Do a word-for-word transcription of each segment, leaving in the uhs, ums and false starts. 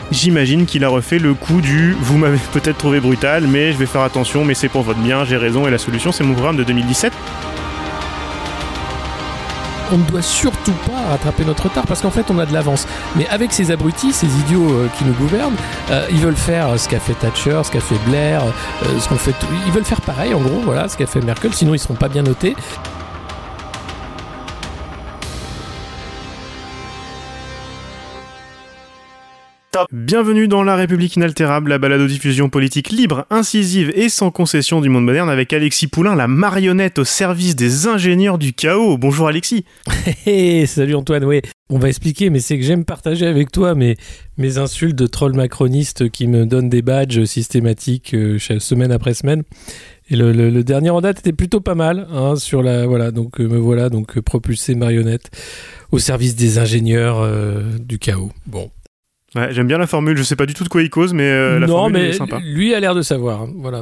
J'imagine qu'il a refait le coup du « vous m'avez peut-être trouvé brutal, mais je vais faire attention, mais c'est pour votre bien, j'ai raison et la solution c'est mon programme de deux mille dix-sept ». On ne doit surtout pas rattraper notre retard parce qu'en fait on a de l'avance. Mais avec ces abrutis, ces idiots euh, qui nous gouvernent, euh, ils veulent faire ce qu'a fait Thatcher, ce qu'a fait Blair, euh, ce qu'on fait. Tout... Ils veulent faire pareil en gros, voilà, ce qu'a fait Merkel. Sinon ils seront pas bien notés. Bienvenue dans La République inaltérable, la balado-diffusion politique libre, incisive et sans concession du monde moderne avec Alexis Poulain, la marionnette au service des ingénieurs du chaos. Bonjour Alexis. Hey, salut Antoine, oui. On va expliquer, mais c'est que j'aime partager avec toi mes, mes insultes de troll macroniste qui me donnent des badges systématiques euh, semaine après semaine. Et le, le, le dernier en date était plutôt pas mal, hein, sur la, voilà, donc euh, me voilà donc euh, propulsé marionnette au service des ingénieurs euh, du chaos. Bon. Ouais, j'aime bien la formule, je sais pas du tout de quoi il cause, mais euh, la non, formule mais est sympa. Lui a l'air de savoir, hein. Voilà.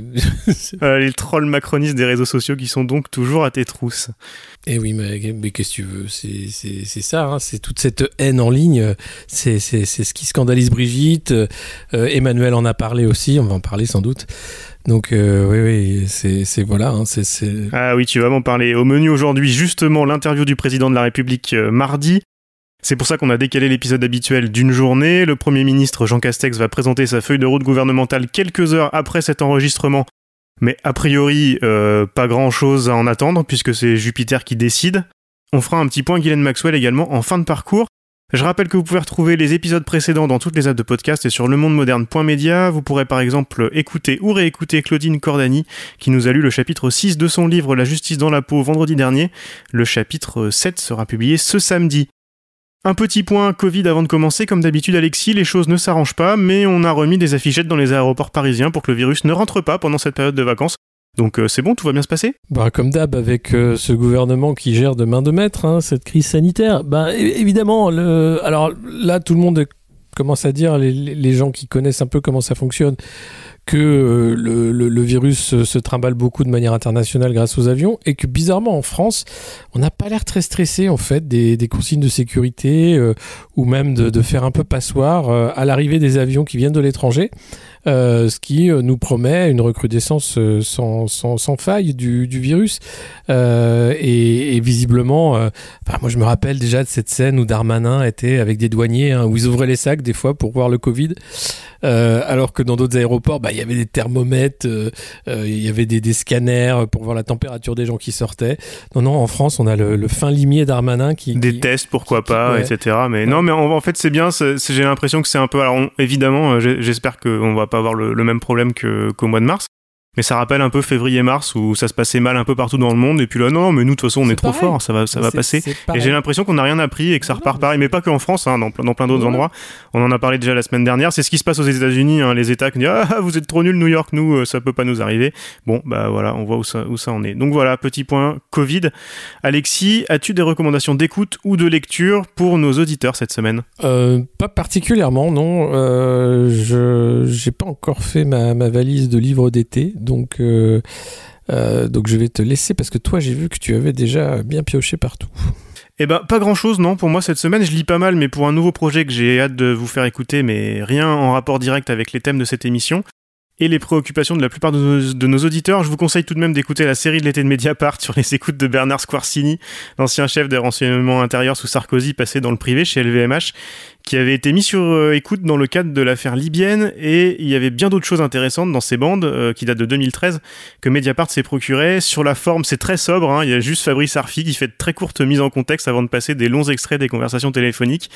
euh, les trolls macronistes des réseaux sociaux qui sont donc toujours à tes trousses. Eh oui, mais, mais qu'est-ce que tu veux, c'est, c'est, c'est ça, hein. C'est toute cette haine en ligne, c'est, c'est, c'est ce qui scandalise Brigitte, euh, Emmanuel en a parlé aussi, on va en parler sans doute. Donc euh, oui, oui, c'est, c'est voilà. Hein, c'est, c'est... Ah oui, tu vas m'en parler. Au menu aujourd'hui, justement, l'interview du président de la République euh, mardi. C'est pour ça qu'on a décalé l'épisode habituel d'une journée. Le Premier ministre Jean Castex va présenter sa feuille de route gouvernementale quelques heures après cet enregistrement. Mais a priori, euh, pas grand-chose à en attendre, puisque c'est Jupiter qui décide. On fera un petit point Ghislaine Maxwell également en fin de parcours. Je rappelle que vous pouvez retrouver les épisodes précédents dans toutes les apps de podcast et sur lemondemoderne point media. Vous pourrez par exemple écouter ou réécouter Claudine Cordani, qui nous a lu le chapitre six de son livre La justice dans la peau vendredi dernier. Le chapitre sept sera publié ce samedi. Un petit point Covid avant de commencer, comme d'habitude Alexis, les choses ne s'arrangent pas, mais on a remis des affichettes dans les aéroports parisiens pour que le virus ne rentre pas pendant cette période de vacances. Donc euh, c'est bon, tout va bien se passer ? Bah, comme d'hab, avec euh, ce gouvernement qui gère de main de maître hein, cette crise sanitaire, bah, é- évidemment, le... alors là tout le monde commence à dire, les, les gens qui connaissent un peu comment ça fonctionne, que euh, le, le, le virus se trimballe beaucoup de manière internationale grâce aux avions et que bizarrement en France, on n'a pas l'air très stressé en fait des, des consignes de sécurité euh, ou même de, de faire un peu passoire euh, à l'arrivée des avions qui viennent de l'étranger. Euh, ce qui euh, nous promet une recrudescence euh, sans, sans, sans faille du, du virus. Euh, et, et visiblement, euh, enfin, moi je me rappelle déjà de cette scène où Darmanin était avec des douaniers, hein, où ils ouvraient les sacs des fois pour voir le Covid. Euh, alors que dans d'autres aéroports, bah, il y avait des thermomètres, euh, euh, il y avait des, des scanners pour voir la température des gens qui sortaient. Non, non, en France, on a le, le fin limier Darmanin qui... Des qui, tests, pourquoi qui, pas, ouais. et cetera. Mais ouais. Non, mais en, en fait, c'est bien, c'est, c'est, j'ai l'impression que c'est un peu... Alors, on, évidemment, j'espère qu'on va pas avoir le, le même problème que, qu'au mois de mars. Mais ça rappelle un peu février-mars où ça se passait mal un peu partout dans le monde et puis là non mais nous de toute façon on c'est est trop pareil. fort, ça va ça va c'est, passer c'est et j'ai l'impression qu'on n'a rien appris et que ça non, repart mais pareil mais pas qu'en France hein, dans, dans plein d'autres ouais. endroits. On en a parlé déjà la semaine dernière, c'est ce qui se passe aux États-Unis hein, les États qui disent ah vous êtes trop nuls New York, nous ça peut pas nous arriver. Bon bah voilà, on voit où ça où ça en est. Donc voilà, petit point Covid. Alexis, as-tu des recommandations d'écoute ou de lecture pour nos auditeurs cette semaine ? Euh, pas particulièrement, non. Euh, je j'ai pas encore fait ma, ma valise de livres d'été, donc euh, euh, donc je vais te laisser parce que toi j'ai vu que tu avais déjà bien pioché partout. Eh ben, pas grand-chose, non, pour moi cette semaine. Je lis pas mal, mais pour un nouveau projet que j'ai hâte de vous faire écouter, mais rien en rapport direct avec les thèmes de cette émission. Et les préoccupations de la plupart de nos, de nos auditeurs, je vous conseille tout de même d'écouter la série de l'été de Mediapart sur les écoutes de Bernard Squarcini, l'ancien chef des renseignements intérieurs sous Sarkozy, passé dans le privé chez L V M H, qui avait été mis sur euh, écoute dans le cadre de l'affaire libyenne, et il y avait bien d'autres choses intéressantes dans ces bandes, euh, qui datent de deux mille treize, que Mediapart s'est procuré. Sur la forme, c'est très sobre, hein, il y a juste Fabrice Arfi qui fait de très courtes mises en contexte avant de passer des longs extraits des conversations téléphoniques.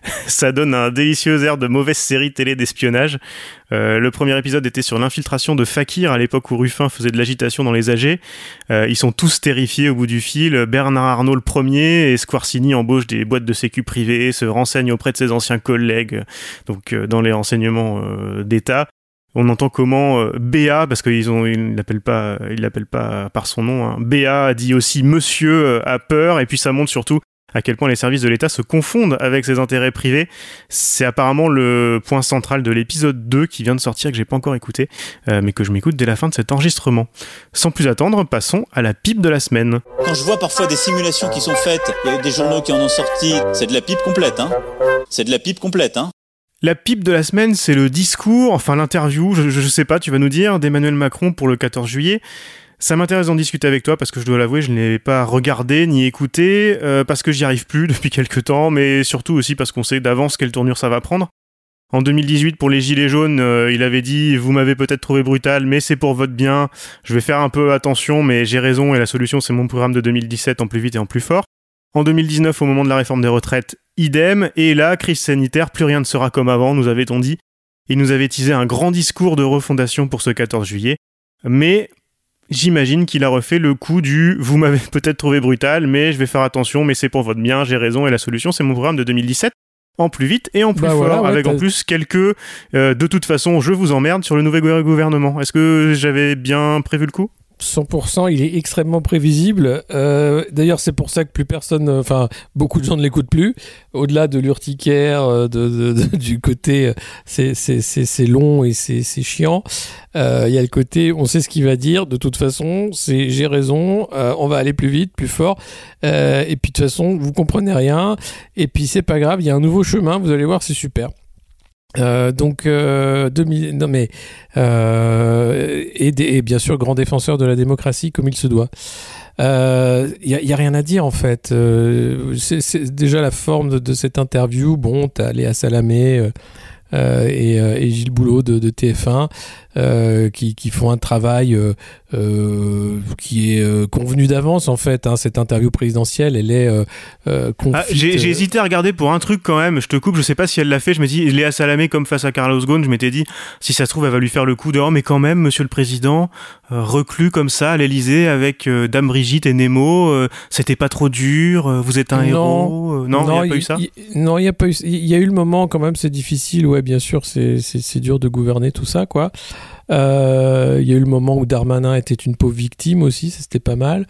Ça donne un délicieux air de mauvaise série télé d'espionnage. Euh, le premier épisode était sur l'infiltration de Fakir à l'époque où Ruffin faisait de l'agitation dans les A G. Euh, ils sont tous terrifiés au bout du fil. Bernard Arnault le premier et Squarcini embauche des boîtes de sécu privées, se renseigne auprès de ses anciens collègues, donc euh, dans les renseignements euh, d'État. On entend comment euh, B A, parce qu'ils ont, ils l'appellent pas, ils l'appellent pas par son nom. Hein. B A dit aussi Monsieur euh, a peur, et puis ça montre surtout à quel point les services de l'État se confondent avec ses intérêts privés. C'est apparemment le point central de l'épisode deux qui vient de sortir, que j'ai pas encore écouté, euh, mais que je m'écoute dès la fin de cet enregistrement. Sans plus attendre, passons à la pipe de la semaine. Quand je vois parfois des simulations qui sont faites, il y a des journaux qui en ont sorti, c'est de la pipe complète, hein. C'est de la pipe complète, hein. La pipe de la semaine, c'est le discours, enfin l'interview, je, je sais pas, tu vas nous dire, d'Emmanuel Macron pour le quatorze juillet. Ça m'intéresse d'en discuter avec toi parce que je dois l'avouer, je ne l'ai pas regardé ni écouté, euh, parce que j'y arrive plus depuis quelques temps, mais surtout aussi parce qu'on sait d'avance quelle tournure ça va prendre. En deux mille dix-huit, pour les Gilets jaunes, euh, il avait dit « Vous m'avez peut-être trouvé brutal, mais c'est pour votre bien. Je vais faire un peu attention, mais j'ai raison et la solution, c'est mon programme de deux mille dix-sept en plus vite et en plus fort. » En deux mille dix-neuf, au moment de la réforme des retraites, idem. Et là, crise sanitaire, plus rien ne sera comme avant, nous avait-on dit. Il nous avait teasé un grand discours de refondation pour ce quatorze juillet. Mais j'imagine qu'il a refait le coup du « Vous m'avez peut-être trouvé brutal, mais je vais faire attention, mais c'est pour votre bien, j'ai raison et la solution, c'est mon programme de deux mille dix-sept. » En plus vite et en plus bah fort, voilà, ouais, avec t'as... en plus quelques euh, de toute façon je vous emmerde sur le nouveau gouvernement. Est-ce que j'avais bien prévu le coup ? cent pour cent, il est extrêmement prévisible. Euh, d'ailleurs, c'est pour ça que plus personne, enfin, beaucoup de gens ne l'écoutent plus. Au-delà de l'urticaire, de, de, de, du côté, c'est, c'est, c'est, c'est long et c'est, c'est chiant. Euh, il y a le côté, on sait ce qu'il va dire. De toute façon, c'est j'ai raison. Euh, on va aller plus vite, plus fort. Euh, et puis de toute façon, vous comprenez rien. Et puis c'est pas grave. Il y a un nouveau chemin. Vous allez voir, c'est super. Euh, donc euh, deux mille non mais euh, et, et bien sûr grand défenseur de la démocratie comme il se doit. Il euh, y, y a rien à dire en fait. Euh, c'est, c'est déjà la forme de, de cette interview. Bon, t'as Léa Salamé euh, euh, et, euh, et Gilles Boulot de, de T F un euh, qui, qui font un travail euh, euh, qui est euh, convenu d'avance en fait. Hein, cette interview présidentielle, elle est euh, euh, confite, ah, j'ai, j'ai hésité à regarder pour un truc quand même. Je te coupe, je sais pas si elle l'a fait. Je me dis Léa Salamé comme face à Carlos Ghosn. Je m'étais dit si ça se trouve elle va lui faire le coup de oh mais quand même Monsieur le Président euh, reclus comme ça à l'Élysée avec euh, Dame Brigitte et Nemo. Euh, c'était pas trop dur. Euh, vous êtes un non, héros. Euh, non, il n'y a pas eu ça. Y, non, il y a pas eu. Il y a eu le moment quand même. C'est difficile. Ouais, bien sûr, c'est c'est, c'est dur de gouverner tout ça, quoi. Il euh, y a eu le moment où Darmanin était une pauvre victime aussi, ça, c'était pas mal.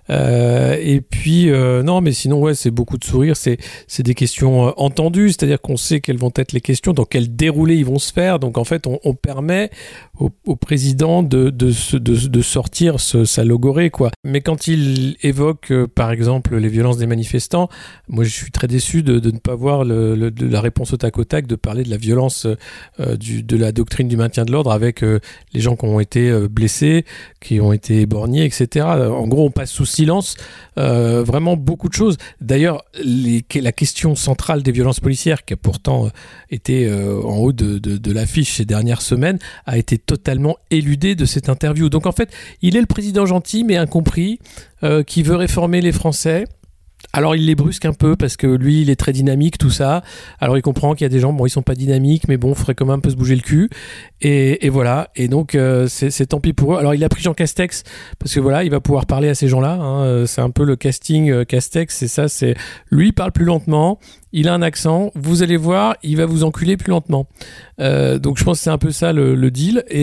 Euh, et puis, euh, non, mais sinon, ouais, c'est beaucoup de sourires, c'est, c'est des questions euh, entendues, c'est-à-dire qu'on sait quelles vont être les questions, dans quel déroulé ils vont se faire. Donc, en fait, on, on permet au, au président de, de, de, de sortir ce, sa logorée, quoi. Mais quand il évoque, euh, par exemple, les violences des manifestants, moi, je suis très déçu de, de ne pas voir le, le, de la réponse au tac au tac, de parler de la violence euh, du, de la doctrine du maintien de l'ordre avec euh, les gens qui ont été euh, blessés, qui ont été éborgnés, et cetera. En gros, on passe sous silence euh, vraiment beaucoup de choses. D'ailleurs, les, la question centrale des violences policières, qui a pourtant euh, été euh, en haut de, de, de l'affiche ces dernières semaines, a été totalement éludée de cette interview. Donc en fait, il est le président gentil, mais incompris, euh, qui veut réformer les Français. Alors il les brusque un peu parce que lui il est très dynamique, tout ça. Alors il comprend qu'il y a des gens, bon ils sont pas dynamiques, mais bon, il faudrait quand même un peu se bouger le cul. Et, et voilà, et donc euh, c'est, c'est tant pis pour eux. Alors il a pris Jean Castex parce que voilà, il va pouvoir parler à ces gens-là, hein. C'est un peu le casting euh, Castex, c'est ça, c'est lui il parle plus lentement, il a un accent, vous allez voir, il va vous enculer plus lentement. Euh, donc je pense que c'est un peu ça le, le deal. Et,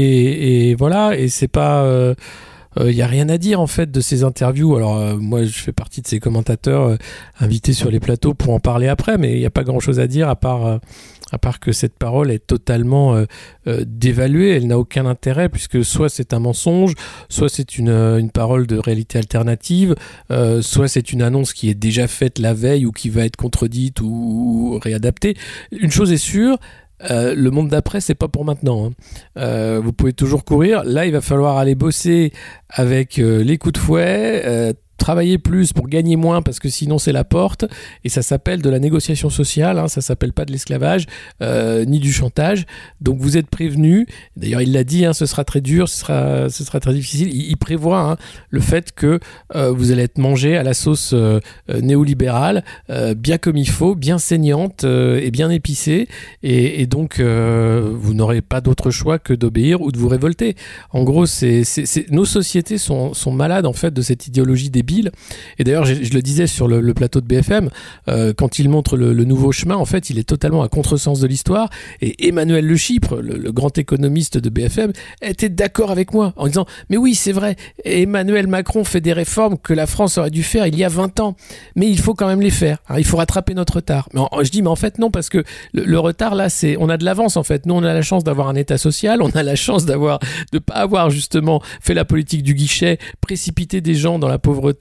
et, et voilà, et c'est pas... Euh, il euh, n'y a rien à dire en fait de ces interviews. Alors euh, moi je fais partie de ces commentateurs euh, invités sur les plateaux pour en parler après, mais il n'y a pas grand chose à dire à part, euh, à part que cette parole est totalement euh, euh, dévaluée, elle n'a aucun intérêt puisque soit c'est un mensonge, soit c'est une, une parole de réalité alternative, euh, soit c'est une annonce qui est déjà faite la veille ou qui va être contredite ou, ou réadaptée. Une chose est sûre, Euh, le monde d'après, c'est pas pour maintenant. Hein. Euh, vous pouvez toujours courir. Là, il va falloir aller bosser avec euh, les coups de fouet, euh, travailler plus pour gagner moins parce que sinon c'est la porte. Et ça s'appelle de la négociation sociale. Hein, ça s'appelle pas de l'esclavage euh, ni du chantage. Donc vous êtes prévenus. D'ailleurs, il l'a dit. Hein, ce sera très dur, ce sera, ce sera très difficile. Il, il prévoit hein, le fait que euh, vous allez être mangé à la sauce euh, néolibérale, euh, bien comme il faut, bien saignante euh, et bien épicée. Et, et donc euh, vous n'aurez pas d'autre choix que d'obéir ou de vous révolter. En gros, c'est, c'est, c'est, nos sociétés sont, sont malades en fait de cette idéologie débile. Et d'ailleurs, je, je le disais sur le, le plateau de B F M, euh, quand il montre le, le nouveau chemin, en fait, il est totalement à contresens de l'histoire. Et Emmanuel Le Chypre, le, le grand économiste de B F M, était d'accord avec moi en disant « Mais oui, c'est vrai, Emmanuel Macron fait des réformes que la France aurait dû faire il y a vingt ans, mais il faut quand même les faire. Hein, il faut rattraper notre retard. » Mais en, je dis « Mais en fait, non, parce que le, le retard, là, c'est on a de l'avance, en fait. Nous, on a la chance d'avoir un État social, on a la chance d'avoir de pas avoir, justement, fait la politique du guichet, précipité des gens dans la pauvreté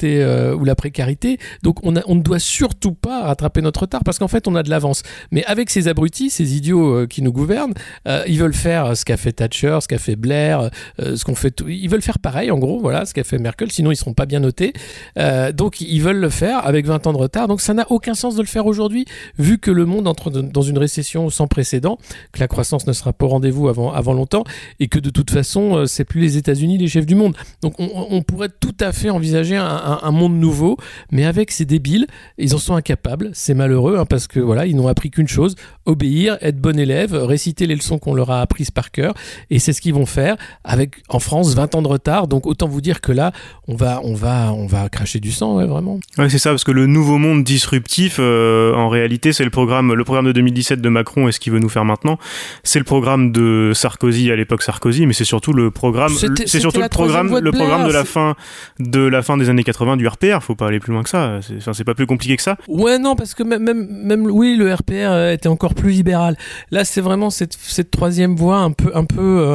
pauvreté euh, ou la précarité. Donc on, a, on ne doit surtout pas rattraper notre retard parce qu'en fait on a de l'avance. Mais avec ces abrutis, ces idiots euh, qui nous gouvernent, euh, ils veulent faire ce qu'a fait Thatcher, ce qu'a fait Blair, euh, ce qu'on fait. Tout... Ils veulent faire pareil en gros, voilà, ce qu'a fait Merkel. Sinon ils seront pas bien notés. Euh, donc ils veulent le faire avec vingt ans de retard. Donc ça n'a aucun sens de le faire aujourd'hui, vu que le monde entre dans une récession sans précédent, que la croissance ne sera pas au rendez-vous avant avant longtemps, et que de toute façon euh, c'est plus les États-Unis les chefs du monde. Donc on, on pourrait tout à fait envisager un, un, un monde nouveau, mais avec ces débiles, ils en sont incapables. C'est malheureux hein, parce que voilà, ils n'ont appris qu'une chose, obéir, être bon élève, réciter les leçons qu'on leur a apprises par cœur, et c'est ce qu'ils vont faire avec en France vingt ans de retard. Donc autant vous dire que là, on va on va on va cracher du sang, ouais, vraiment. Ouais, c'est ça, parce que le nouveau monde disruptif, euh, en réalité, c'est le programme le programme de deux mille dix-sept de Macron et ce qu'il veut nous faire maintenant. C'est le programme de Sarkozy à l'époque Sarkozy, mais c'est surtout le programme C'était, c'est surtout le programme le programme de la fin de la fin des années quatre-vingts du R P R. Faut pas aller plus loin que ça. C'est, enfin, c'est pas plus compliqué que ça. Ouais, non, parce que même, même, même oui, le R P R était encore plus libéral. Là, c'est vraiment cette, cette troisième voie un peu, un peu euh,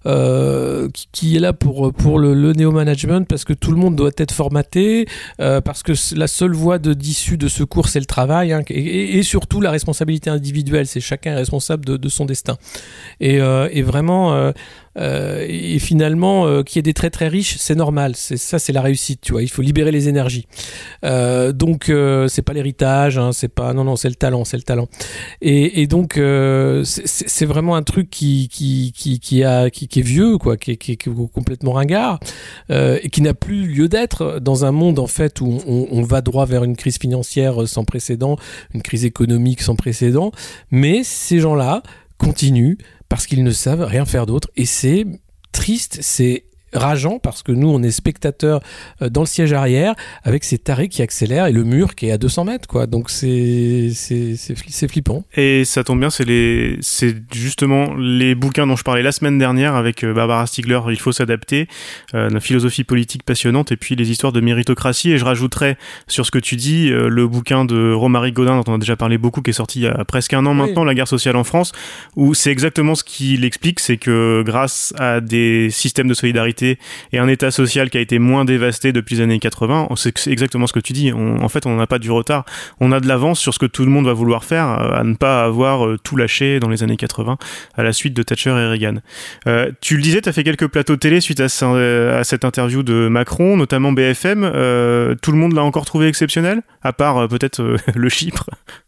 euh, qui, qui est là pour, pour le, le néo-management, parce que tout le monde doit être formaté, euh, parce que la seule voie de, d'issue de secours, c'est le travail, hein, et, et surtout la responsabilité individuelle. C'est chacun est responsable de, de son destin. Et, euh, et vraiment... Euh, Euh, et finalement euh, qu'il y ait des très très riches, c'est normal, c'est ça, c'est la réussite, tu vois. Il faut libérer les énergies, euh, donc euh, c'est pas l'héritage, hein, c'est pas non non c'est le talent, c'est le talent. Et, et donc euh, c'est, c'est vraiment un truc qui qui qui qui a qui, qui est vieux, quoi, qui est, qui est, qui est complètement ringard, euh, et qui n'a plus lieu d'être dans un monde en fait où on, on va droit vers une crise financière sans précédent, une crise économique sans précédent. Mais ces gens-là continuent parce qu'ils ne savent rien faire d'autre, et c'est triste, c'est rageant, parce que nous on est spectateurs dans le siège arrière avec ces tarés qui accélèrent et le mur qui est à deux cents mètres, quoi. Donc c'est c'est c'est, c'est flippant. Et ça tombe bien, c'est les c'est justement les bouquins dont je parlais la semaine dernière avec Barbara Stiegler, Il faut s'adapter, euh, la philosophie politique passionnante, et puis les histoires de méritocratie. Et je rajouterais sur ce que tu dis euh, le bouquin de Romary Gaudin dont on a déjà parlé beaucoup, qui est sorti il y a presque un an maintenant, oui. La guerre sociale en France, où c'est exactement ce qu'il explique, c'est que grâce à des systèmes de solidarité et un état social qui a été moins dévasté depuis les années quatre-vingts, c'est exactement ce que tu dis. On, en fait, on n'a pas du retard, on a de l'avance sur ce que tout le monde va vouloir faire, à ne pas avoir tout lâché dans les années quatre-vingts à la suite de Thatcher et Reagan. Euh, tu le disais, tu as fait quelques plateaux télé suite à, ce, à cette interview de Macron, notamment B F M. Euh, tout le monde l'a encore trouvé exceptionnel, à part euh, peut-être euh, le Chypre.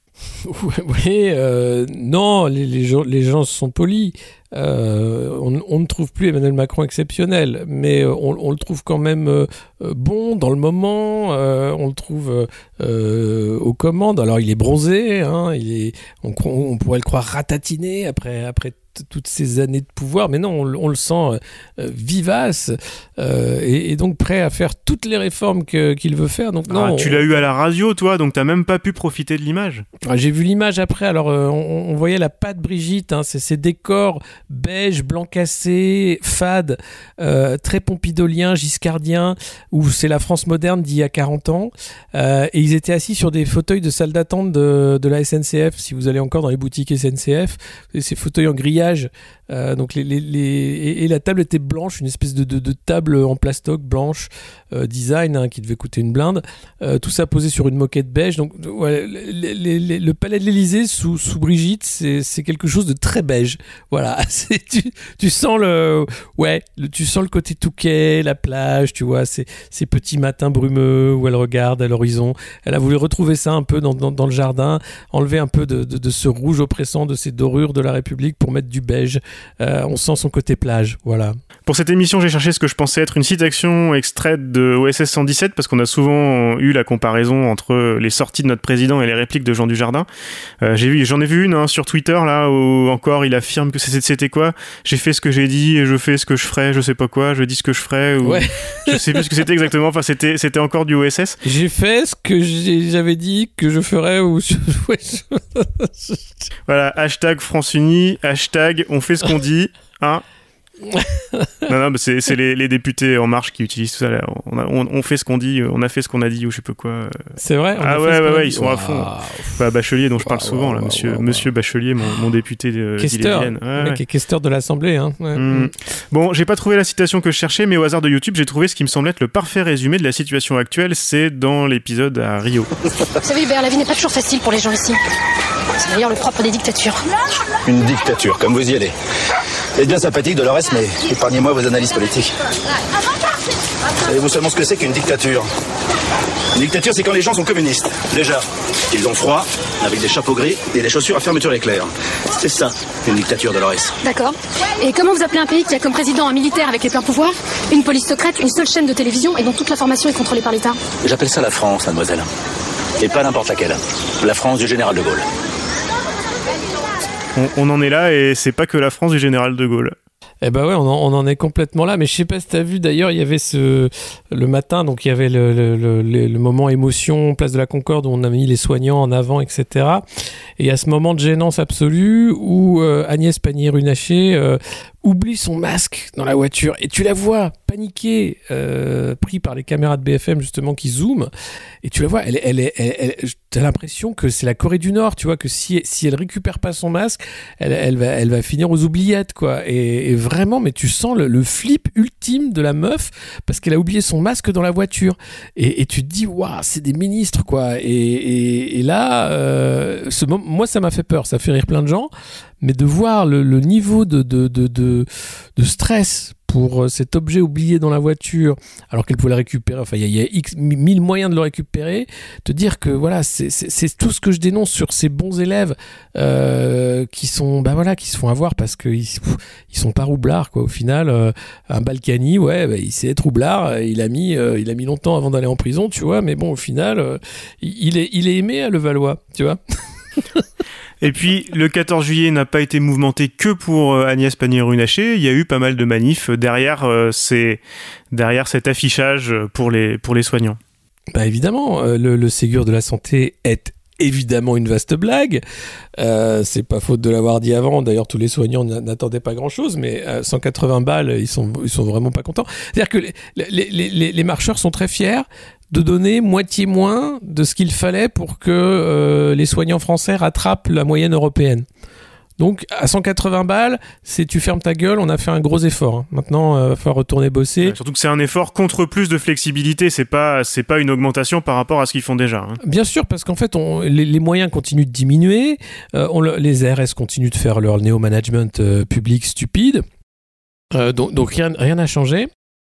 Oui, euh, non, les, les, gens, les gens sont polis. Euh, on, on ne trouve plus Emmanuel Macron exceptionnel, mais on, on le trouve quand même euh, bon dans le moment. Euh, on le trouve euh, aux commandes. Alors il est bronzé, hein, il est, on, on pourrait le croire ratatiné après après toutes ces années de pouvoir, mais non, on, on le sent euh, vivace euh, et, et donc prêt à faire toutes les réformes que, qu'il veut faire. Donc, non, ah, tu on... l'as eu à la radio, toi, donc t'as même pas pu profiter de l'image. Ah, j'ai vu l'image après, alors euh, on, on voyait la patte Brigitte, hein, c'est ces décors beige, blanc cassé, fade, euh, très pompidolien, giscardien, où c'est la France moderne d'il y a quarante ans, euh, et ils étaient assis sur des fauteuils de salle d'attente de, de la S N C F. Si vous allez encore dans les boutiques S N C F, ces fauteuils en grillage. Euh, donc les, les, les, et, et la table était blanche, une espèce de, de, de table en plastoc blanche, euh, design, hein, qui devait coûter une blinde. Euh, tout ça posé sur une moquette beige. Donc ouais, les, les, les, le palais de l'Élysée sous, sous Brigitte, c'est, c'est quelque chose de très beige. Voilà, c'est, tu, tu sens le, ouais, le, tu sens le côté Touquet, la plage, tu vois, ces, ces petits matins brumeux où elle regarde à l'horizon. Elle a voulu retrouver ça un peu dans, dans, dans le jardin, enlever un peu de, de, de ce rouge oppressant, de ces dorures de la République pour mettre du beige. Euh, on sent son côté plage, voilà. Pour cette émission, j'ai cherché ce que je pensais être une citation extraite de O S S cent dix-sept, parce qu'on a souvent eu la comparaison entre les sorties de notre président et les répliques de Jean Dujardin. Euh, j'ai vu, j'en ai vu une hein, sur Twitter, là, où encore il affirme que c'était, c'était quoi ? J'ai fait ce que j'ai dit et je fais ce que je ferai, je sais pas quoi, je dis ce que je ferai, ou... Ouais. Je sais plus ce que c'était exactement, enfin c'était, c'était encore du O S S. J'ai fait ce que j'ai, j'avais dit que je ferais, ou... Voilà, hashtag France Unie, hashtag on fait ce qu'on dit, hein. Non, non, mais c'est, c'est les, les députés En Marche qui utilisent tout ça. Là. On, a, on, on fait ce qu'on dit, on a fait ce qu'on a dit, ou je sais pas quoi. C'est vrai. Ah ouais, ouais, ouais, ils sont wow. à fond. Bah, Bachelier, dont je parle wow, souvent, là, wow, monsieur, wow, monsieur Bachelier, mon, mon député de questeur, ouais, le mec ouais. est questeur de l'Assemblée. Hein. Ouais. Mmh. Bon, j'ai pas trouvé la citation que je cherchais, mais au hasard de YouTube, j'ai trouvé ce qui me semble être le parfait résumé de la situation actuelle. C'est dans l'épisode à Rio. Vous savez, Hubert, la vie n'est pas toujours facile pour les gens ici. C'est d'ailleurs le propre des dictatures. Une dictature, comme vous y allez. C'est bien sympathique, Dolores, mais épargnez-moi vos analyses politiques. Savez-vous seulement ce que c'est qu'une dictature ? Une dictature, c'est quand les gens sont communistes. Déjà, ils ont froid, avec des chapeaux gris et des chaussures à fermeture éclair. C'est ça, une dictature, Dolores. D'accord. Et comment vous appelez un pays qui a comme président un militaire avec les pleins pouvoirs, une police secrète, une seule chaîne de télévision et dont toute l'information est contrôlée par l'État ? J'appelle ça la France, mademoiselle. Et pas n'importe laquelle. La France du général de Gaulle. On, on en est là, et c'est pas que la France du général de Gaulle. Eh ben ouais, on en, on en est complètement là. Mais je sais pas si t'as vu, d'ailleurs, il y avait ce le matin, donc il y avait le, le, le, le moment émotion, place de la Concorde, où on a mis les soignants en avant, et cetera. Et à ce moment de gênance absolue où euh, Agnès Pannier-Runacher euh, oublie son masque dans la voiture, et tu la vois paniquer, euh, pris par les caméras de B F M justement qui zooment, et tu la vois, elle, elle, elle, elle, elle t'as l'impression que c'est la Corée du Nord, tu vois, que si, si elle récupère pas son masque, elle, elle, va, elle va finir aux oubliettes, quoi. Et, et vraiment, mais tu sens le, le flip ultime de la meuf parce qu'elle a oublié son masque dans la voiture, et, et tu te dis, waouh, c'est des ministres, quoi. Et, et, et là, euh, ce moment, moi, ça m'a fait peur, ça fait rire plein de gens. Mais de voir le, le niveau de, de, de, de, de stress pour cet objet oublié dans la voiture, alors qu'elle pouvait le récupérer, enfin, il y, y a X mille moyens de le récupérer, te dire que voilà, c'est, c'est, c'est tout ce que je dénonce sur ces bons élèves euh, qui sont, bah voilà, qui se font avoir parce qu'ils ils sont pas roublards, quoi. Au final, euh, un Balkany, ouais, bah, il sait être roublard, il a mis, euh, il a mis longtemps avant d'aller en prison, tu vois, mais bon, au final, euh, il, est, il est aimé à Levallois, tu vois. Et puis, le quatorze juillet n'a pas été mouvementé que pour euh, Agnès Pannier-Runacher. Il y a eu pas mal de manifs derrière, euh, ces, derrière cet affichage pour les, pour les soignants. Bah évidemment, euh, le, le Ségur de la santé est évidemment une vaste blague. Euh, c'est pas faute de l'avoir dit avant. D'ailleurs, tous les soignants n'attendaient pas grand-chose, mais euh, cent quatre-vingts balles, ils sont, ils sont vraiment pas contents. C'est-à-dire que les, les, les, les marcheurs sont très fiers de donner moitié moins de ce qu'il fallait pour que euh, les soignants français rattrapent la moyenne européenne. Donc, à cent quatre-vingts balles, c'est tu fermes ta gueule, on a fait un gros effort. Hein. Maintenant, il euh, va falloir retourner bosser. Ouais, surtout que c'est un effort contre plus de flexibilité, c'est pas, c'est pas une augmentation par rapport à ce qu'ils font déjà. Hein. Bien sûr, parce qu'en fait, on, les, les moyens continuent de diminuer, euh, on, les A R S continuent de faire leur néo-management euh, public stupide, euh, donc, donc rien rien n'a changé.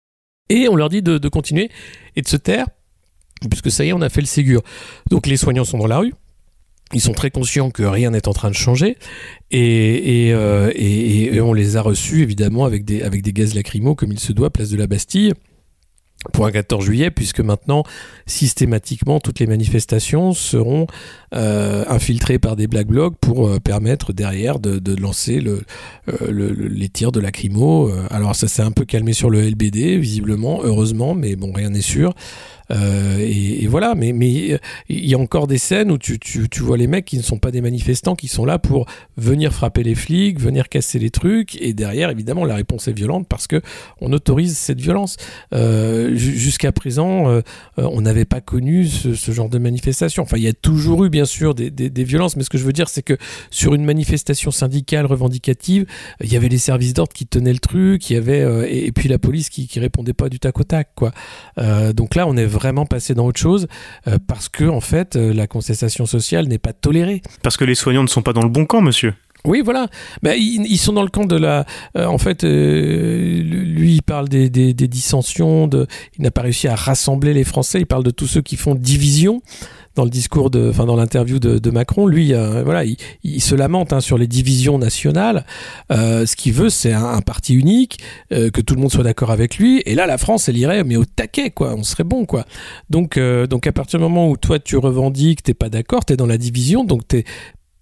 Et on leur dit de, de continuer et de se taire, puisque ça y est, on a fait le Ségur. Donc les soignants sont dans la rue, ils sont très conscients que rien n'est en train de changer, et, et, euh, et, et on les a reçus évidemment avec des, avec des gaz lacrymaux comme il se doit, place de la Bastille, pour un quatorze juillet, puisque maintenant, systématiquement, toutes les manifestations seront euh, infiltrées par des black blocs pour euh, permettre derrière de, de lancer le, euh, le, le, les tirs de lacrymo. Alors ça s'est un peu calmé sur le L B D, visiblement, heureusement, mais bon, rien n'est sûr. Euh, et, et voilà, mais mais il y a encore des scènes où tu, tu, tu vois les mecs qui ne sont pas des manifestants, qui sont là pour venir frapper les flics, venir casser les trucs, et derrière, évidemment, la réponse est violente parce que on autorise cette violence. Euh, jusqu'à présent, euh, on n'avait pas connu ce, ce genre de manifestation. Enfin, il y a toujours eu, bien sûr, des, des, des violences, mais ce que je veux dire, c'est que sur une manifestation syndicale revendicative, il y avait les services d'ordre qui tenaient le truc, il y avait euh, et, et puis la police qui, qui répondait pas du tac au tac, quoi. Euh, donc là, on est vraiment passé dans autre chose euh, parce que en fait euh, la contestation sociale n'est pas tolérée. Parce que les soignants ne sont pas dans le bon camp, monsieur. Oui, voilà. Ben, ils, ils sont dans le camp de la... Euh, en fait, euh, lui, il parle des, des, des dissensions, de, il n'a pas réussi à rassembler les Français, il parle de tous ceux qui font division dans le discours, de, enfin dans l'interview de, de Macron. Lui, euh, voilà, il, il se lamente hein, sur les divisions nationales. Euh, ce qu'il veut, c'est un, un parti unique, euh, que tout le monde soit d'accord avec lui. Et là, la France, elle irait, mais au taquet, quoi. On serait bon, quoi. Donc, euh, donc à partir du moment où toi, tu revendiques, t'es pas d'accord, t'es dans la division, donc t'es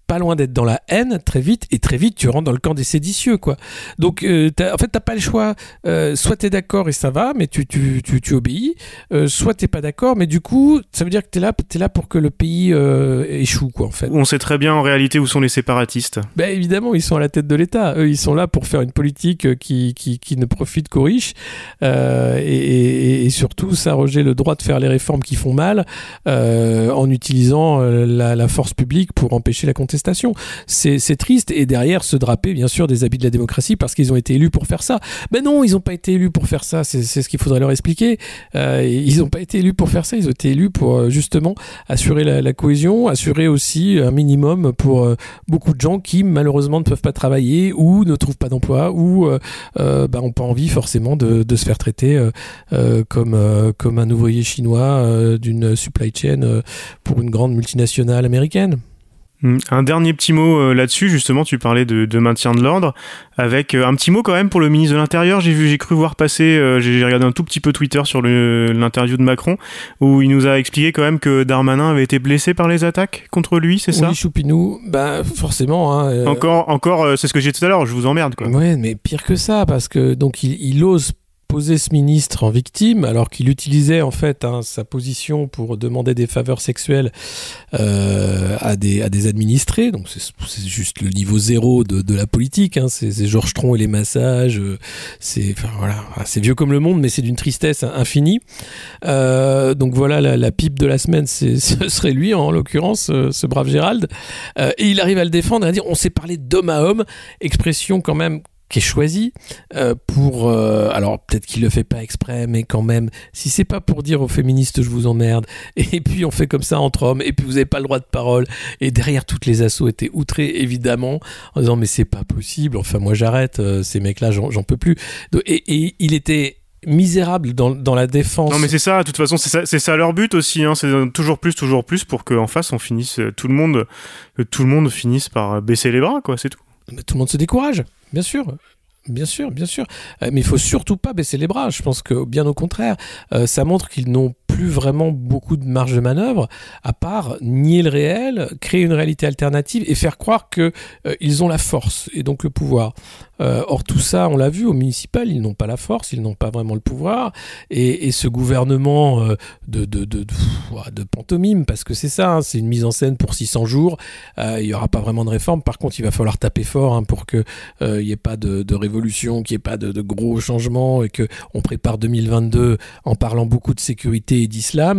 pas loin d'être dans la haine très vite, et très vite tu rentres dans le camp des séditieux, quoi. Donc euh, t'as, en fait t'as pas le choix, euh, soit t'es d'accord et ça va, mais tu, tu, tu, tu obéis, euh, soit t'es pas d'accord, mais du coup ça veut dire que t'es là, t'es là pour que le pays euh, échoue, quoi, en fait. On sait très bien en réalité où sont les séparatistes. Ben évidemment, ils sont à la tête de l'État, eux ils sont là pour faire une politique qui, qui, qui ne profite qu'aux riches, euh, et, et, et surtout s'arroger le droit de faire les réformes qui font mal, euh, en utilisant euh, la, la force publique pour empêcher la contestation. C'est, c'est triste, et derrière se draper bien sûr des habits de la démocratie parce qu'ils ont été élus pour faire ça. Ben non, ils n'ont pas été élus pour faire ça, c'est, c'est ce qu'il faudrait leur expliquer. Euh, ils n'ont pas été élus pour faire ça, ils ont été élus pour justement assurer la, la cohésion, assurer aussi un minimum pour euh, beaucoup de gens qui malheureusement ne peuvent pas travailler ou ne trouvent pas d'emploi ou euh, euh, ben, n'ont pas envie forcément de, de se faire traiter euh, euh, comme, euh, comme un ouvrier chinois euh, d'une supply chain euh, pour une grande multinationale américaine. Un dernier petit mot euh, là-dessus, justement, tu parlais de, de maintien de l'ordre, avec euh, un petit mot quand même pour le ministre de l'Intérieur. J'ai vu, j'ai cru voir passer, euh, j'ai, j'ai regardé un tout petit peu Twitter sur le, l'interview de Macron, où il nous a expliqué quand même que Darmanin avait été blessé par les attaques contre lui, c'est ça ? Oui, Choupinou, bah forcément. Hein, euh... Encore, encore, euh, c'est ce que j'ai dit tout à l'heure, je vous emmerde, quoi. Ouais, mais pire que ça, parce que donc il, il ose poser ce ministre en victime alors qu'il utilisait en fait hein, sa position pour demander des faveurs sexuelles euh, à, des, à des administrés. Donc c'est, c'est juste le niveau zéro de, de la politique, hein. c'est, c'est Georges Tron et les massages, c'est, enfin, voilà, c'est vieux comme le monde, mais c'est d'une tristesse infinie. Euh, donc voilà, la, la pipe de la semaine, c'est, ce serait lui en l'occurrence, ce, ce brave Gérald, euh, et il arrive à le défendre et à dire on s'est parlé d'homme à homme, expression quand même qui est choisi euh, pour euh, alors peut-être qu'il le fait pas exprès, mais quand même si c'est pas pour dire aux féministes je vous emmerde et puis on fait comme ça entre hommes et puis vous avez pas le droit de parole, et derrière toutes les assos étaient outrés évidemment en disant mais c'est pas possible, enfin moi j'arrête, euh, ces mecs là j'en, j'en peux plus. Et, et il était misérable dans, dans la défense. Non mais c'est ça, de toute façon c'est ça, c'est ça leur but aussi, hein, c'est toujours plus, toujours plus pour qu'en face on finisse, tout le monde, que tout le monde finisse par baisser les bras, quoi, c'est tout. Mais tout le monde se décourage, bien sûr. Bien sûr, bien sûr. Euh, mais il faut surtout pas baisser les bras. Je pense que bien au contraire, euh, ça montre qu'ils n'ont plus vraiment beaucoup de marge de manœuvre, à part nier le réel, créer une réalité alternative et faire croire que euh, ils ont la force et donc le pouvoir. Euh, or tout ça, on l'a vu au municipal, ils n'ont pas la force, ils n'ont pas vraiment le pouvoir, et, et ce gouvernement euh, de, de, de, de, de pantomime, parce que c'est ça, hein, c'est une mise en scène pour six cents jours, euh, il n'y aura pas vraiment de réforme. Par contre, il va falloir taper fort hein, pour qu'il n'y euh, ait pas de, de révolution, qu'il n'y ait pas de, de gros changements, et qu'on prépare deux mille vingt-deux en parlant beaucoup de sécurité et d'islam.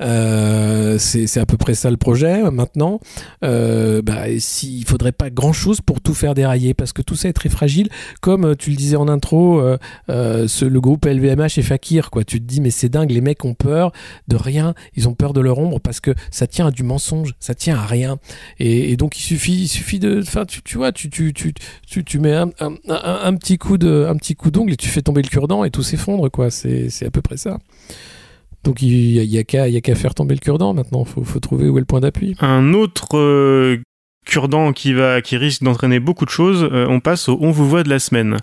Euh, c'est, c'est à peu près ça le projet maintenant. Euh, bah, si, il ne faudrait pas grand-chose pour tout faire dérailler, parce que tout ça est très fragile. Comme tu le disais en intro, euh, euh, ce, le groupe L V M H et Fakir, quoi. Tu te dis mais c'est dingue, les mecs ont peur de rien, ils ont peur de leur ombre parce que ça tient à du mensonge, ça tient à rien. Et, et donc il suffit, il suffit de, enfin tu, tu vois, tu, tu, tu, tu, tu mets un, un, un, un petit coup de, un petit coup d'ongle et tu fais tomber le cure-dent et tout s'effondre, quoi. C'est, c'est à peu près ça. Donc il y, y, y a qu'à, y a qu'à faire tomber le cure-dent maintenant. Faut, faut trouver où est le point d'appui. Un autre euh... cure-dent qui, va, qui risque d'entraîner beaucoup de choses, euh, on passe au On vous voit de la semaine.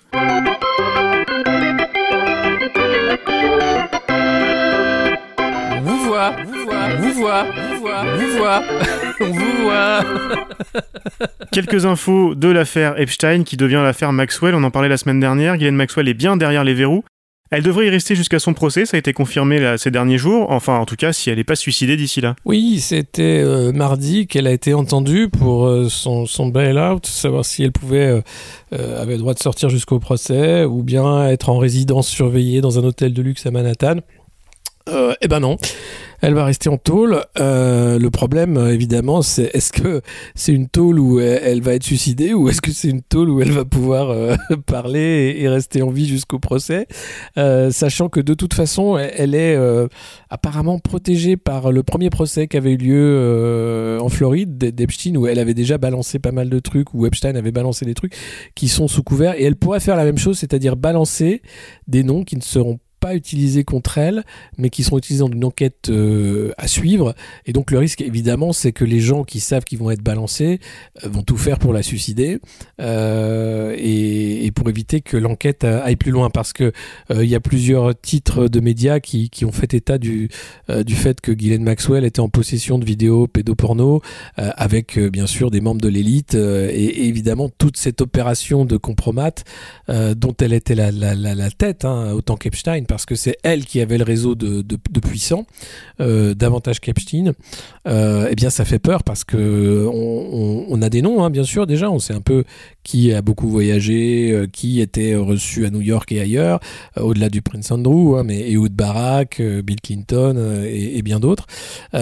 On vous voit, vous voit, vous voit, vous voit, vous voit, on vous voit. Quelques infos de l'affaire Epstein qui devient l'affaire Maxwell, on en parlait la semaine dernière. Ghislaine Maxwell est bien derrière les verrous. Elle devrait y rester jusqu'à son procès, ça a été confirmé là, ces derniers jours, enfin en tout cas si elle n'est pas suicidée d'ici là. Oui, c'était euh, mardi qu'elle a été entendue pour euh, son, son bail-out, savoir si elle pouvait, euh, avait le droit de sortir jusqu'au procès ou bien être en résidence surveillée dans un hôtel de luxe à Manhattan. Euh, eh ben non, elle va rester en tôle. Euh, le problème, évidemment, c'est est-ce que c'est une tôle où elle, elle va être suicidée ou est-ce que c'est une tôle où elle va pouvoir euh, parler et, et rester en vie jusqu'au procès, euh, sachant que de toute façon, elle, elle est euh, apparemment protégée par le premier procès qui avait eu lieu euh, en Floride d'Epstein, où elle avait déjà balancé pas mal de trucs, où Epstein avait balancé des trucs qui sont sous couvert, et elle pourrait faire la même chose, c'est-à-dire balancer des noms qui ne seront pas utilisés contre elle, mais qui sont utilisés dans une enquête euh, à suivre. Et donc le risque, évidemment, c'est que les gens qui savent qu'ils vont être balancés euh, vont tout faire pour la suicider euh, et, et pour éviter que l'enquête aille plus loin. Parce que euh, il y a plusieurs titres de médias qui, qui ont fait état du, euh, du fait que Ghislaine Maxwell était en possession de vidéos pédoporno euh, avec euh, bien sûr des membres de l'élite euh, et, et évidemment toute cette opération de compromat euh, dont elle était la, la, la, la tête, hein, autant qu'Epstein, parce que c'est elle qui avait le réseau de, de, de puissants, euh, davantage qu'Epstein. Euh, eh bien, ça fait peur parce que on, on, on a des noms, hein, bien sûr, déjà. On sait un peu qui a beaucoup voyagé, euh, qui était reçu à New York et ailleurs, euh, au-delà du Prince Andrew, hein, mais Ehud Barak, euh, Bill Clinton euh, et, et bien d'autres.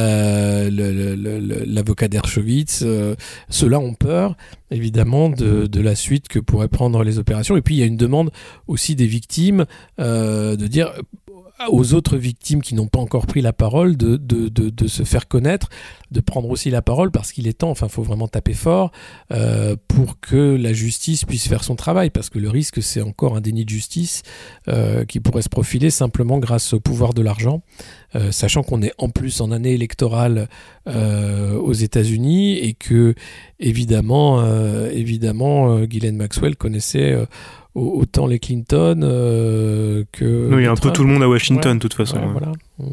Euh, le, le, le, l'avocat d'Hershowitz, euh, ceux-là ont peur, évidemment, de, de la suite que pourraient prendre les opérations. Et puis, il y a une demande aussi des victimes euh, de dire aux autres victimes qui n'ont pas encore pris la parole de, de, de, de se faire connaître, de prendre aussi la parole parce qu'il est temps, enfin il faut vraiment taper fort euh, pour que la justice puisse faire son travail, parce que le risque c'est encore un déni de justice euh, qui pourrait se profiler simplement grâce au pouvoir de l'argent, euh, sachant qu'on est en plus en année électorale euh, aux États-Unis et que évidemment, euh, évidemment euh, Ghislaine Maxwell connaissait euh, autant les Clinton euh, que... Oui, il y a un Trump. peu tout le monde à Washington, de ouais, toute façon. ouais, Ouais. voilà.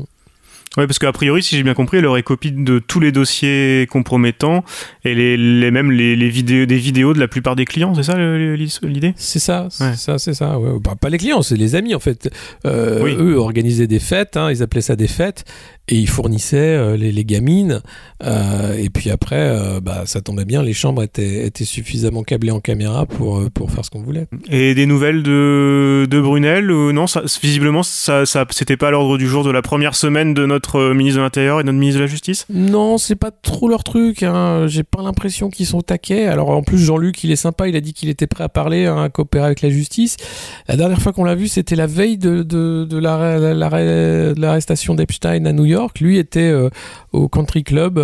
Ouais, parce qu'a priori, si j'ai bien compris, elle aurait copie de tous les dossiers compromettants et les, les même les, les vidéos, des vidéos de la plupart des clients, c'est ça le, l'idée ? C'est ça, c'est ouais. ça, c'est ça. Ouais. Bah, pas les clients, c'est les amis en fait. Euh, oui. Eux organisaient des fêtes, hein, ils appelaient ça des fêtes, et ils fournissaient euh, les, les gamines. Euh, et puis après, euh, bah, ça tombait bien, les chambres étaient, étaient suffisamment câblées en caméra pour, pour faire ce qu'on voulait. Et des nouvelles de, de Brunel ou non, ça, visiblement, ça, ça, c'était pas à l'ordre du jour de la première semaine de notre ministre de l'Intérieur et notre ministre de la Justice ? Non, c'est pas trop leur truc. Hein. J'ai pas l'impression qu'ils sont taquets. Alors en plus, Jean-Luc, il est sympa, il a dit qu'il était prêt à parler, hein, à coopérer avec la justice. La dernière fois qu'on l'a vu, c'était la veille de, de, de, la, la, la, de l'arrestation d'Epstein à New York. Lui était euh, au Country Club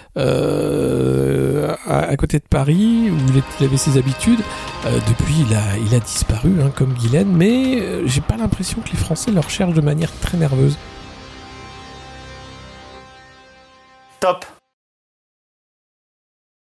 euh, à, à côté de Paris, où il, est, il avait ses habitudes. Euh, depuis, il a, il a disparu, hein, comme Ghislaine, mais euh, j'ai pas l'impression que les Français le recherchent de manière très nerveuse. Top.